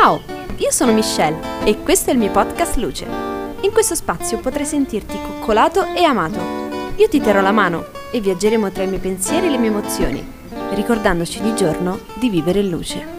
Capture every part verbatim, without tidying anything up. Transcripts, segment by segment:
Ciao, io sono Michelle e questo è il mio podcast Luce. In questo spazio potrai sentirti coccolato e amato. Io ti terrò la mano e viaggeremo tra i miei pensieri e le mie emozioni, ricordandoci ogni giorno di vivere in luce.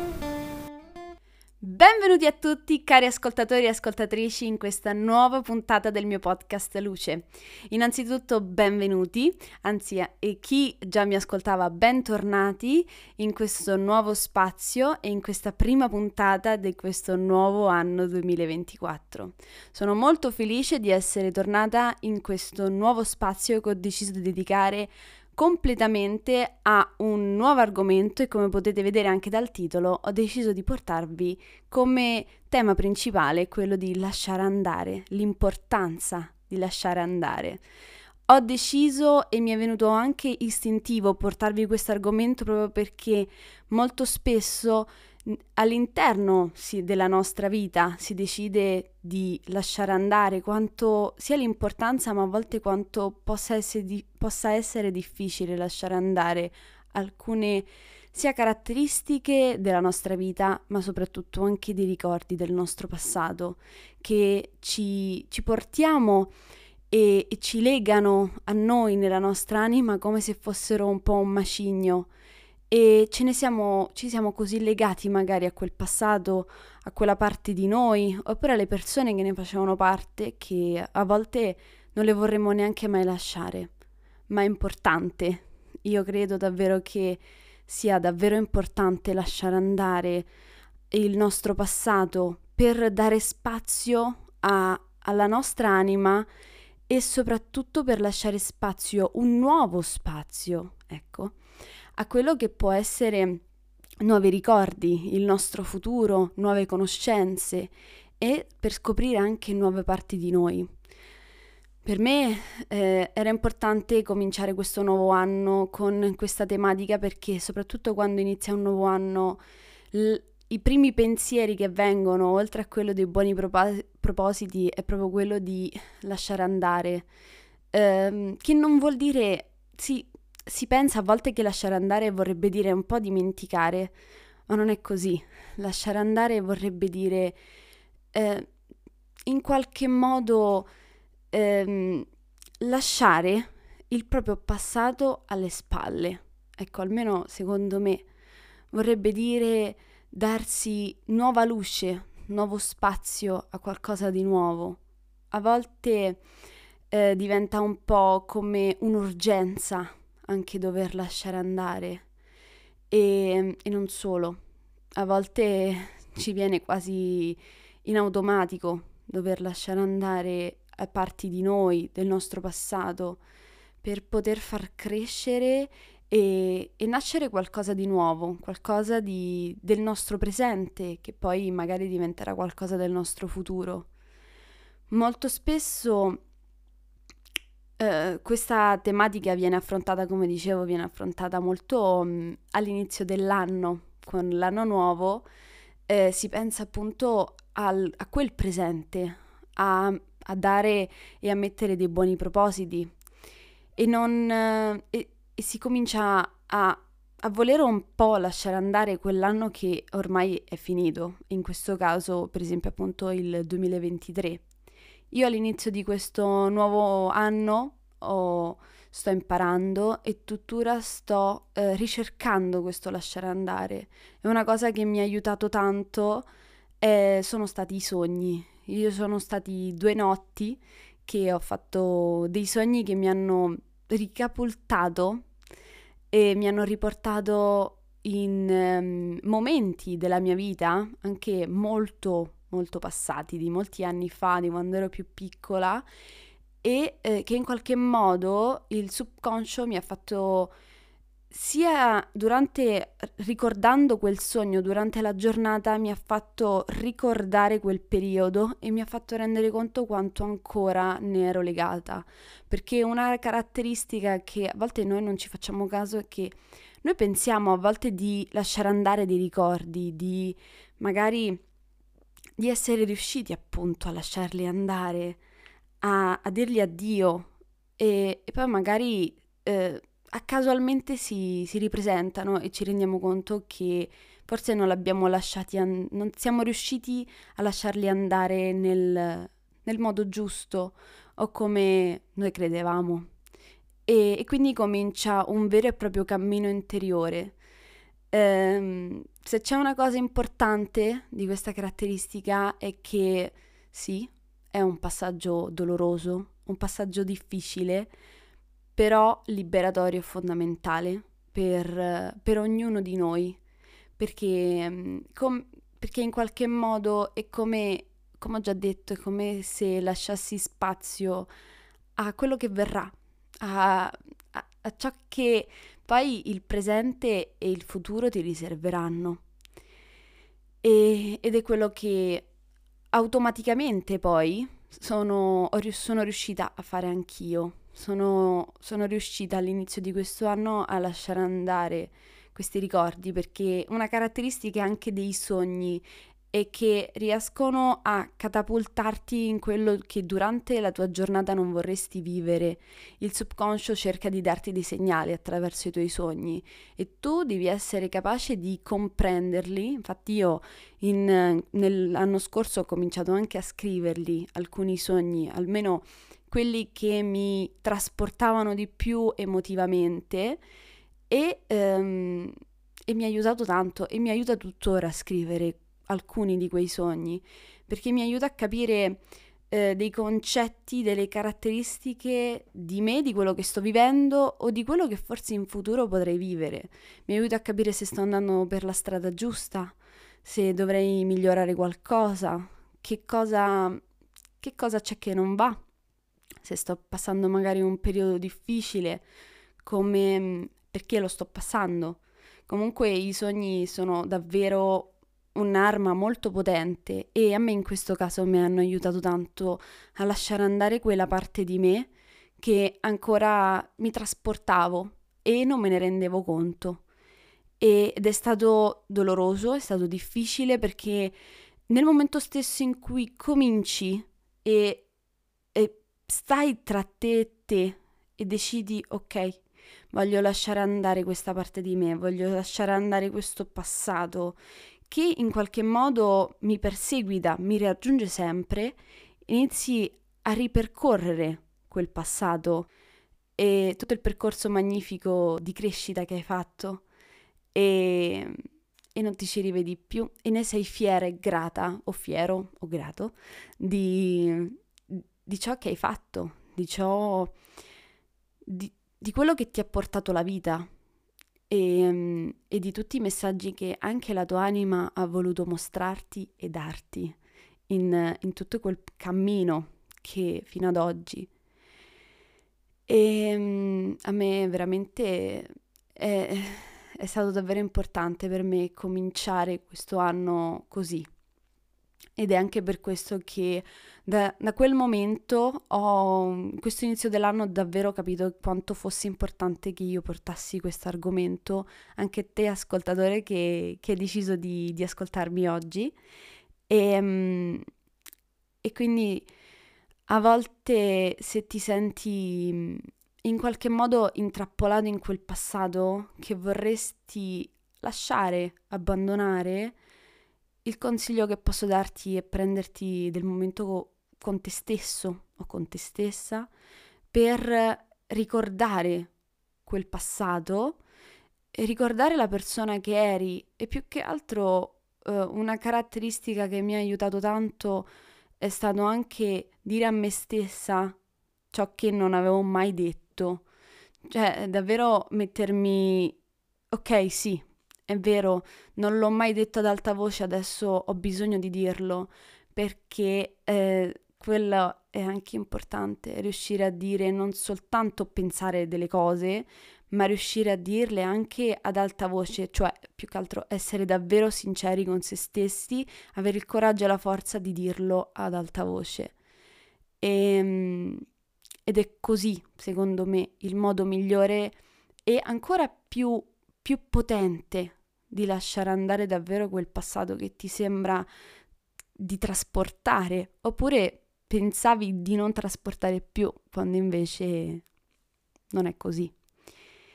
Benvenuti a tutti cari ascoltatori e ascoltatrici in questa nuova puntata del mio podcast Luce. Innanzitutto benvenuti, anzi e chi già mi ascoltava bentornati in questo nuovo spazio e in questa prima puntata di questo nuovo anno duemilaventiquattro. Sono molto felice di essere tornata in questo nuovo spazio che ho deciso di dedicare completamente a un nuovo argomento e come potete vedere anche dal titolo ho deciso di portarvi come tema principale quello di lasciare andare, l'importanza di lasciare andare. Ho deciso e mi è venuto anche istintivo portarvi questo argomento proprio perché molto spesso all'interno sì, della nostra vita si decide di lasciare andare, quanto sia l'importanza ma a volte quanto possa essere, di, possa essere difficile lasciare andare alcune sia caratteristiche della nostra vita ma soprattutto anche dei ricordi del nostro passato che ci, ci portiamo e, e ci legano a noi nella nostra anima come se fossero un po' un macigno. E ce ne siamo, ci siamo così legati magari a quel passato, a quella parte di noi, oppure alle persone che ne facevano parte, che a volte non le vorremmo neanche mai lasciare. Ma è importante, io credo davvero che sia davvero importante lasciare andare il nostro passato per dare spazio a, alla nostra anima e soprattutto per lasciare spazio, un nuovo spazio, ecco, a quello che può essere nuovi ricordi, il nostro futuro, nuove conoscenze e per scoprire anche nuove parti di noi. Per me eh, era importante cominciare questo nuovo anno con questa tematica perché soprattutto quando inizia un nuovo anno l- i primi pensieri che vengono, oltre a quello dei buoni propos- propositi, è proprio quello di lasciare andare, ehm, che non vuol dire... sì. Si pensa a volte che lasciare andare vorrebbe dire un po' dimenticare, ma non è così. Lasciare andare vorrebbe dire eh, in qualche modo ehm, lasciare il proprio passato alle spalle. Ecco, almeno secondo me vorrebbe dire darsi nuova luce, nuovo spazio a qualcosa di nuovo. A volte eh, diventa un po' come un'urgenza anche dover lasciare andare e, e non solo, a volte ci viene quasi in automatico dover lasciare andare a parti di noi, del nostro passato, per poter far crescere e, e nascere qualcosa di nuovo, qualcosa di, del nostro presente, che poi magari diventerà qualcosa del nostro futuro. Molto spesso Uh, questa tematica viene affrontata, come dicevo, viene affrontata molto um, all'inizio dell'anno, con l'anno nuovo, eh, si pensa appunto al, a quel presente, a, a dare e a mettere dei buoni propositi e, non, uh, e, e si comincia a, a volere un po' lasciare andare quell'anno che ormai è finito, in questo caso per esempio appunto il duemilaventitré. Io all'inizio di questo nuovo anno oh, sto imparando e tuttora sto eh, ricercando questo lasciare andare. È una cosa che mi ha aiutato tanto, eh, sono stati i sogni. Io sono stati due notti che ho fatto dei sogni che mi hanno ricapultato e mi hanno riportato in um, momenti della mia vita anche molto molto passati, di molti anni fa, di quando ero più piccola e eh, che in qualche modo il subconscio mi ha fatto sia durante, ricordando quel sogno durante la giornata, mi ha fatto ricordare quel periodo e mi ha fatto rendere conto quanto ancora ne ero legata, perché una caratteristica che a volte noi non ci facciamo caso è che noi pensiamo a volte di lasciare andare dei ricordi, di magari di essere riusciti appunto a lasciarli andare, a, a dirgli addio e, e poi magari eh, casualmente si, si ripresentano e ci rendiamo conto che forse non l'abbiamo lasciati, an- non siamo riusciti a lasciarli andare nel, nel modo giusto o come noi credevamo. E, e quindi comincia un vero e proprio cammino interiore. Ehm, se c'è una cosa importante di questa caratteristica è che sì, è un passaggio doloroso, un passaggio difficile, però liberatorio e fondamentale per, per ognuno di noi, perché, mm, com- perché in qualche modo è come, come ho già detto, è come se lasciassi spazio a quello che verrà, a, a- a ciò che poi il presente e il futuro ti riserveranno. E- ed è quello che automaticamente poi sono, ho rius- sono riuscita a fare anch'io. Sono, sono riuscita all'inizio di questo anno a lasciare andare questi ricordi perché una caratteristica anche dei sogni è che riescono a catapultarti in quello che durante la tua giornata non vorresti vivere. Il subconscio cerca di darti dei segnali attraverso i tuoi sogni e tu devi essere capace di comprenderli. Infatti io in, nell'anno scorso ho cominciato anche a scriverli alcuni sogni, almeno quelli che mi trasportavano di più emotivamente e, ehm, e mi ha aiutato tanto e mi aiuta tuttora a scrivere alcuni di quei sogni, perché mi aiuta a capire eh, dei concetti, delle caratteristiche di me, di quello che sto vivendo o di quello che forse in futuro potrei vivere. Mi aiuta a capire se sto andando per la strada giusta, se dovrei migliorare qualcosa, che cosa, che cosa c'è che non va, se sto passando magari un periodo difficile, come perché lo sto passando. Comunque i sogni sono davvero un'arma molto potente e a me in questo caso mi hanno aiutato tanto a lasciare andare quella parte di me che ancora mi trasportavo e non me ne rendevo conto. Ed è stato doloroso, è stato difficile perché nel momento stesso in cui cominci e, e stai tra te e te e decidi, ok, voglio lasciare andare questa parte di me, voglio lasciare andare questo passato che in qualche modo mi perseguita, mi raggiunge sempre, inizi a ripercorrere quel passato e tutto il percorso magnifico di crescita che hai fatto e, e non ti ci rivedi più e ne sei fiera e grata o fiero o grato di, di ciò che hai fatto, di ciò, di, di quello che ti ha portato la vita e, e di tutti i messaggi che anche la tua anima ha voluto mostrarti e darti in, in tutto quel cammino che fino ad oggi. E mm, a me veramente è, è stato davvero importante per me cominciare questo anno così. Ed è anche per questo che da, da quel momento ho, in questo inizio dell'anno, ho davvero capito quanto fosse importante che io portassi questo argomento anche a te, ascoltatore, che, che hai deciso di, di ascoltarmi oggi. E, mm, e quindi a volte se ti senti mm, in qualche modo intrappolato in quel passato che vorresti lasciare, abbandonare, il consiglio che posso darti è prenderti del momento con te stesso o con te stessa per ricordare quel passato e ricordare la persona che eri e più che altro eh, una caratteristica che mi ha aiutato tanto è stato anche dire a me stessa ciò che non avevo mai detto. Cioè, davvero mettermi, ok, sì, è vero, non l'ho mai detto ad alta voce, adesso ho bisogno di dirlo, perché eh, quello è anche importante, riuscire a dire non soltanto pensare delle cose, ma riuscire a dirle anche ad alta voce, cioè più che altro essere davvero sinceri con se stessi, avere il coraggio e la forza di dirlo ad alta voce. E, ed è così, secondo me, il modo migliore e ancora più, più potente di lasciare andare davvero quel passato che ti sembra di trasportare, oppure pensavi di non trasportare più, quando invece non è così.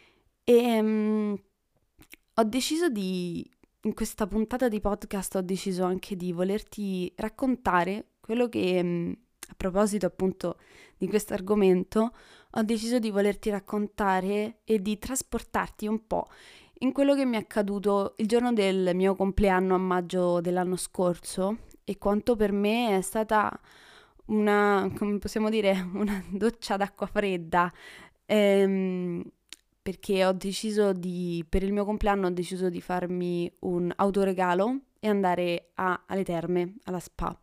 E um, ho deciso di, in questa puntata di podcast ho deciso anche di volerti raccontare quello che, um, a proposito appunto di questo argomento, ho deciso di volerti raccontare e di trasportarti un po' in quello che mi è accaduto il giorno del mio compleanno a maggio dell'anno scorso e quanto per me è stata una, come possiamo dire, una doccia d'acqua fredda, ehm, perché ho deciso di, per il mio compleanno ho deciso di farmi un autoregalo e andare a- alle terme, alla spa.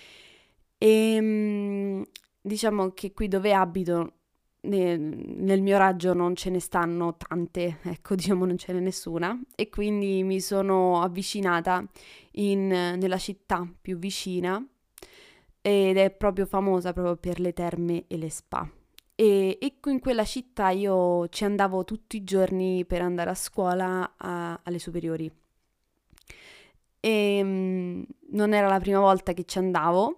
E diciamo che qui dove abito, ne- nel mio raggio non ce ne stanno tante, ecco, diciamo non ce n'è nessuna, e quindi mi sono avvicinata in- nella città più vicina ed è proprio famosa proprio per le terme e le spa. E, e in quella città io ci andavo tutti i giorni per andare a scuola a- alle superiori. E mm, non era la prima volta che ci andavo,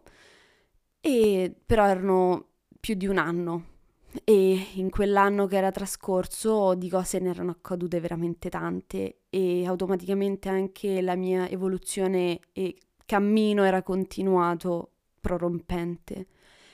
e però erano più di un anno. E in quell'anno che era trascorso di cose ne erano accadute veramente tante e automaticamente anche la mia evoluzione e cammino era continuato prorompente.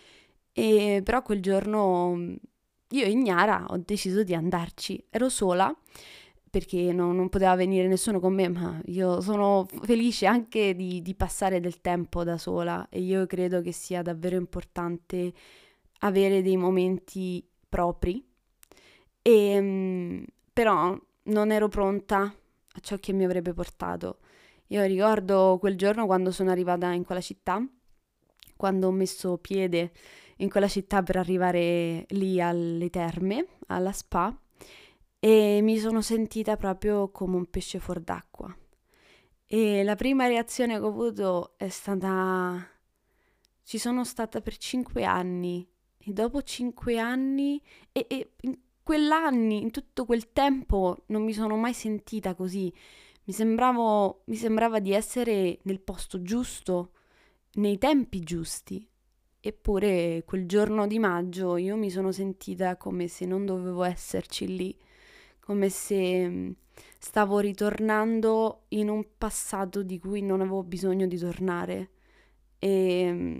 E però quel giorno mh, io ignara ho deciso di andarci. Ero sola perché no- non poteva venire nessuno con me, ma io sono felice anche di, di passare del tempo da sola e io credo che sia davvero importante avere dei momenti propri. E, mh, però non ero pronta a ciò che mi avrebbe portato. Io ricordo quel giorno quando sono arrivata in quella città, quando ho messo piede in quella città per arrivare lì alle terme, alla spa, e mi sono sentita proprio come un pesce fuor d'acqua. E la prima reazione che ho avuto è stata: ci sono stata per cinque anni e dopo cinque anni e, e in quell'anni, in tutto quel tempo non mi sono mai sentita così. Mi sembravo, mi sembrava di essere nel posto giusto, nei tempi giusti. Eppure quel giorno di maggio io mi sono sentita come se non dovevo esserci lì, come se mm, stavo ritornando in un passato di cui non avevo bisogno di tornare. E, mm,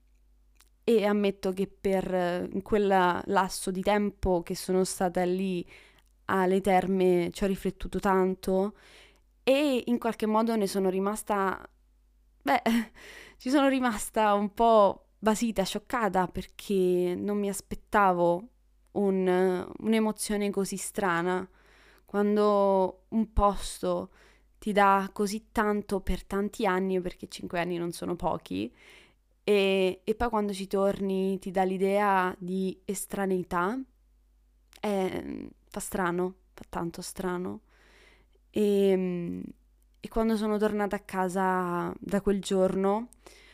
e ammetto che per eh, in quel lasso di tempo che sono stata lì alle terme ci ho riflettuto tanto e in qualche modo ne sono rimasta, beh, ci sono rimasta un po' basita, scioccata perché non mi aspettavo un- un'emozione così strana. Quando un posto ti dà così tanto per tanti anni, perché cinque anni non sono pochi, e, e poi quando ci torni ti dà l'idea di estraneità, eh, fa strano, fa tanto strano. E, e quando sono tornata a casa da quel giorno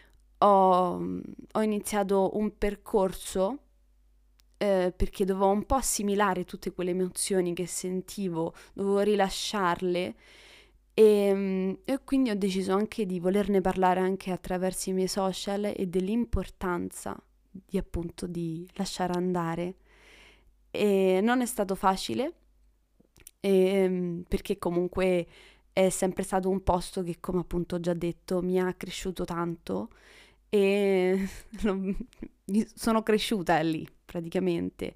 ho, ho iniziato un percorso eh, perché dovevo un po' assimilare tutte quelle emozioni che sentivo, dovevo rilasciarle e, e quindi ho deciso anche di volerne parlare anche attraverso i miei social e dell'importanza di appunto di lasciare andare. E non è stato facile ehm, perché comunque è sempre stato un posto che, come appunto ho già detto, mi ha cresciuto tanto e lo- sono cresciuta lì praticamente.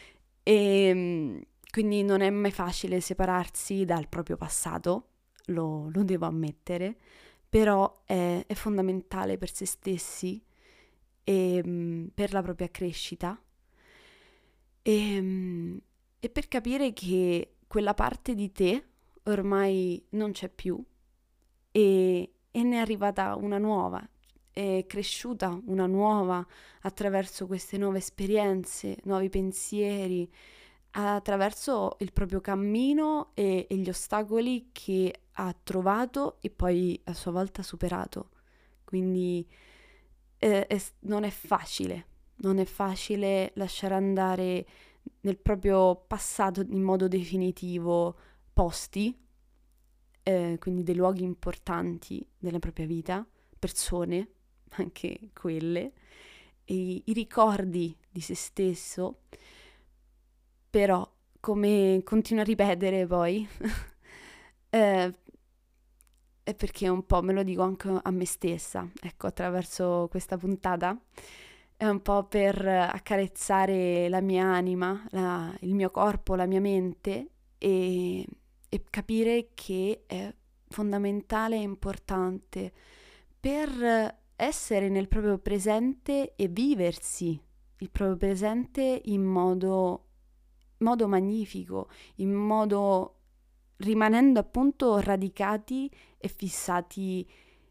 E quindi non è mai facile separarsi dal proprio passato, lo, lo devo ammettere, però è, è fondamentale per se stessi e mm, per la propria crescita e, mm, e per capire che quella parte di te ormai non c'è più e, e ne è arrivata una nuova, è cresciuta una nuova attraverso queste nuove esperienze, nuovi pensieri, attraverso il proprio cammino e, e gli ostacoli che ha trovato e poi a sua volta superato. Quindi eh, è- non è facile, non è facile lasciare andare nel proprio passato in modo definitivo posti, eh, quindi dei luoghi importanti della propria vita, persone, anche quelle, e i ricordi di se stesso, però come continuo a ripetere poi, eh, è perché un po' me lo dico anche a me stessa, ecco, attraverso questa puntata, è un po' per accarezzare la mia anima, la- il mio corpo, la mia mente e, e capire che è fondamentale e importante per essere nel proprio presente e viversi il proprio presente in modo, modo magnifico, in modo rimanendo appunto radicati e fissati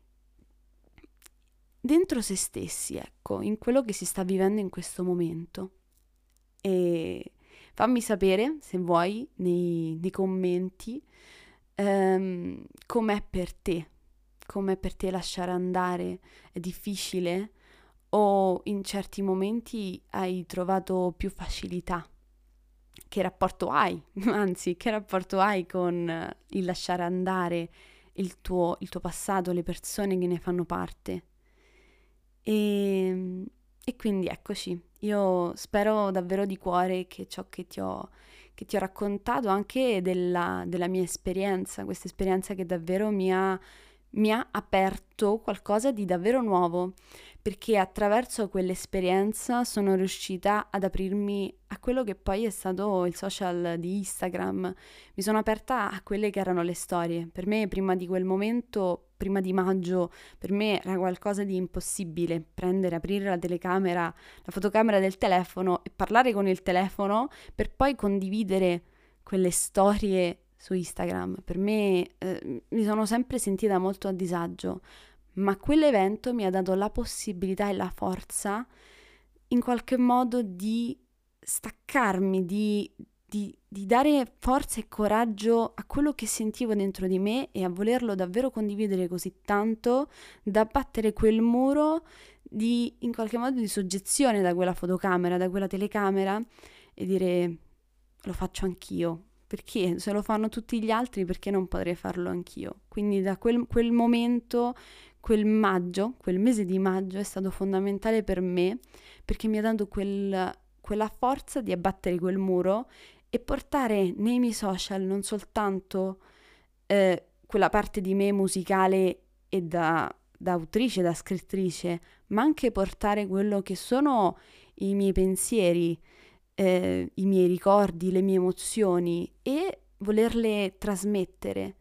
dentro se stessi, ecco, in quello che si sta vivendo in questo momento. E fammi sapere, se vuoi, nei, nei commenti, ehm, com'è per te, com'è per te lasciare andare, è difficile o in certi momenti hai trovato più facilità? Che rapporto hai, anzi, che rapporto hai con eh, il lasciare andare il tuo, il tuo passato, le persone che ne fanno parte? E, e quindi eccoci, io spero davvero di cuore che ciò che ti ho, che ti ho raccontato, anche della, della mia esperienza, questa esperienza che davvero mi ha, mi ha aperto qualcosa di davvero nuovo, perché attraverso quell'esperienza sono riuscita ad aprirmi a quello che poi è stato il social di Instagram. Mi sono aperta a quelle che erano le storie. Per me, prima di quel momento, prima di maggio, per me era qualcosa di impossibile prendere, aprire la telecamera, la fotocamera del telefono e parlare con il telefono per poi condividere quelle storie su Instagram. Per me eh, mi sono sempre sentita molto a disagio, ma quell'evento mi ha dato la possibilità e la forza in qualche modo di staccarmi, di, di, di dare forza e coraggio a quello che sentivo dentro di me e a volerlo davvero condividere così tanto da battere quel muro di, in qualche modo, di soggezione da quella fotocamera, da quella telecamera e dire lo faccio anch'io. Perché se lo fanno tutti gli altri, perché non potrei farlo anch'io? Quindi da quel, quel momento, quel maggio, quel mese di maggio è stato fondamentale per me perché mi ha dato quel, quella forza di abbattere quel muro e portare nei miei social non soltanto eh, quella parte di me musicale e da, da autrice, da scrittrice, ma anche portare quello che sono i miei pensieri, eh, i miei ricordi, le mie emozioni e volerle trasmettere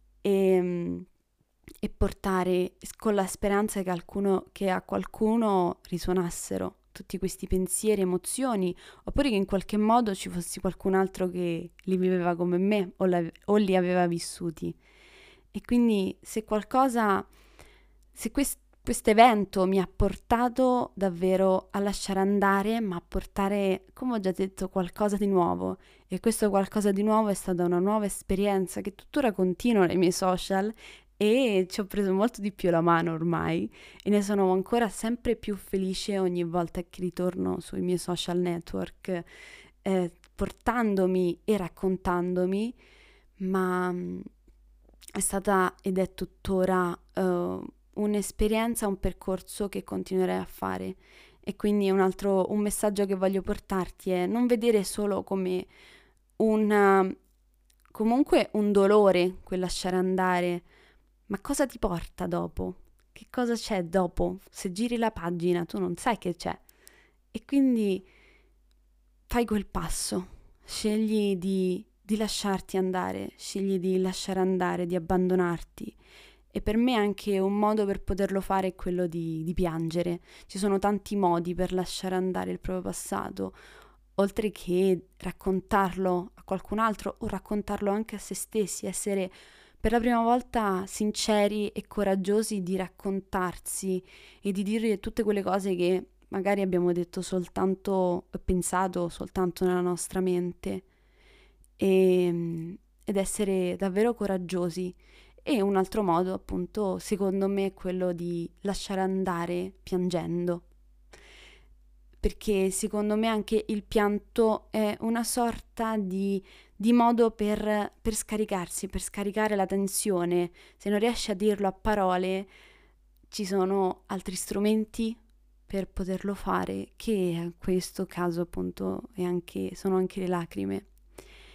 e, e portare con la speranza che, alcuno, che a qualcuno risuonassero tutti questi pensieri, emozioni, oppure che in qualche modo ci fosse qualcun altro che li viveva come me o, la, o li aveva vissuti. E quindi se qualcosa, se questo questo evento mi ha portato davvero a lasciare andare, ma a portare, come ho già detto, qualcosa di nuovo. E questo qualcosa di nuovo è stata una nuova esperienza che tuttora continuo nei miei social e ci ho preso molto di più la mano ormai e ne sono ancora sempre più felice ogni volta che ritorno sui miei social network, eh, portandomi e raccontandomi, ma mh, è stata ed è tuttora uh, un'esperienza, un percorso che continuerei a fare. E quindi un altro un messaggio che voglio portarti è non vedere solo come un comunque un dolore quel lasciare andare, ma cosa ti porta dopo? Che cosa c'è dopo? Se giri la pagina tu non sai che c'è. E quindi fai quel passo, scegli di, di lasciarti andare, scegli di lasciare andare, di abbandonarti. E per me anche un modo per poterlo fare è quello di, di piangere. Ci sono tanti modi per lasciare andare il proprio passato, oltre che raccontarlo a qualcun altro o raccontarlo anche a se stessi, essere per la prima volta sinceri e coraggiosi di raccontarsi e di dire tutte quelle cose che magari abbiamo detto soltanto, pensato soltanto nella nostra mente e, ed essere davvero coraggiosi. E un altro modo, appunto, secondo me, è quello di lasciare andare piangendo. Perché secondo me anche il pianto è una sorta di, di modo per, per scaricarsi, per scaricare la tensione. Se non riesci a dirlo a parole, ci sono altri strumenti per poterlo fare, che in questo caso appunto è anche, sono anche le lacrime.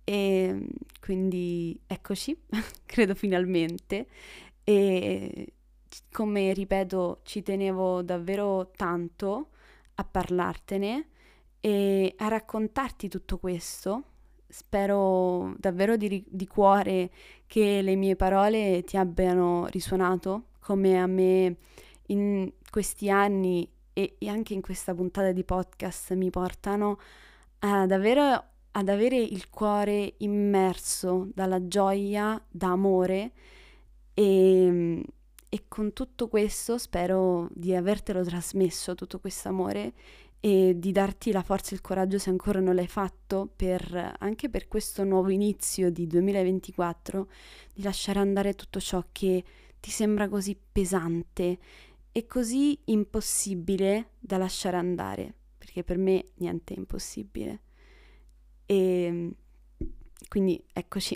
E quindi eccoci, credo finalmente. E come ripeto, ci tenevo davvero tanto a parlartene e a raccontarti tutto questo. Spero davvero di, ri- di cuore che le mie parole ti abbiano risuonato come a me in questi anni e e anche in questa puntata di podcast mi portano ad avere, ad avere il cuore immerso dalla gioia, da amore e, e con tutto questo spero di avertelo trasmesso, tutto questo amore e di darti la forza e il coraggio se ancora non l'hai fatto per, anche per questo nuovo inizio di duemilaventiquattro, di lasciare andare tutto ciò che ti sembra così pesante e così impossibile da lasciare andare, perché per me niente è impossibile. E quindi eccoci.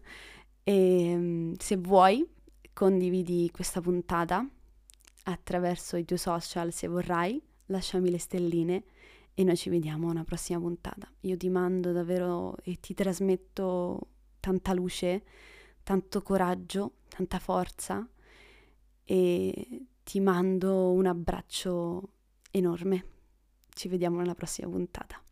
E se vuoi, condividi questa puntata attraverso i tuoi social se vorrai, lasciami le stelline e noi ci vediamo a una prossima puntata. Io ti mando davvero e ti trasmetto tanta luce, tanto coraggio, tanta forza e ti mando un abbraccio enorme. Ci vediamo nella prossima puntata.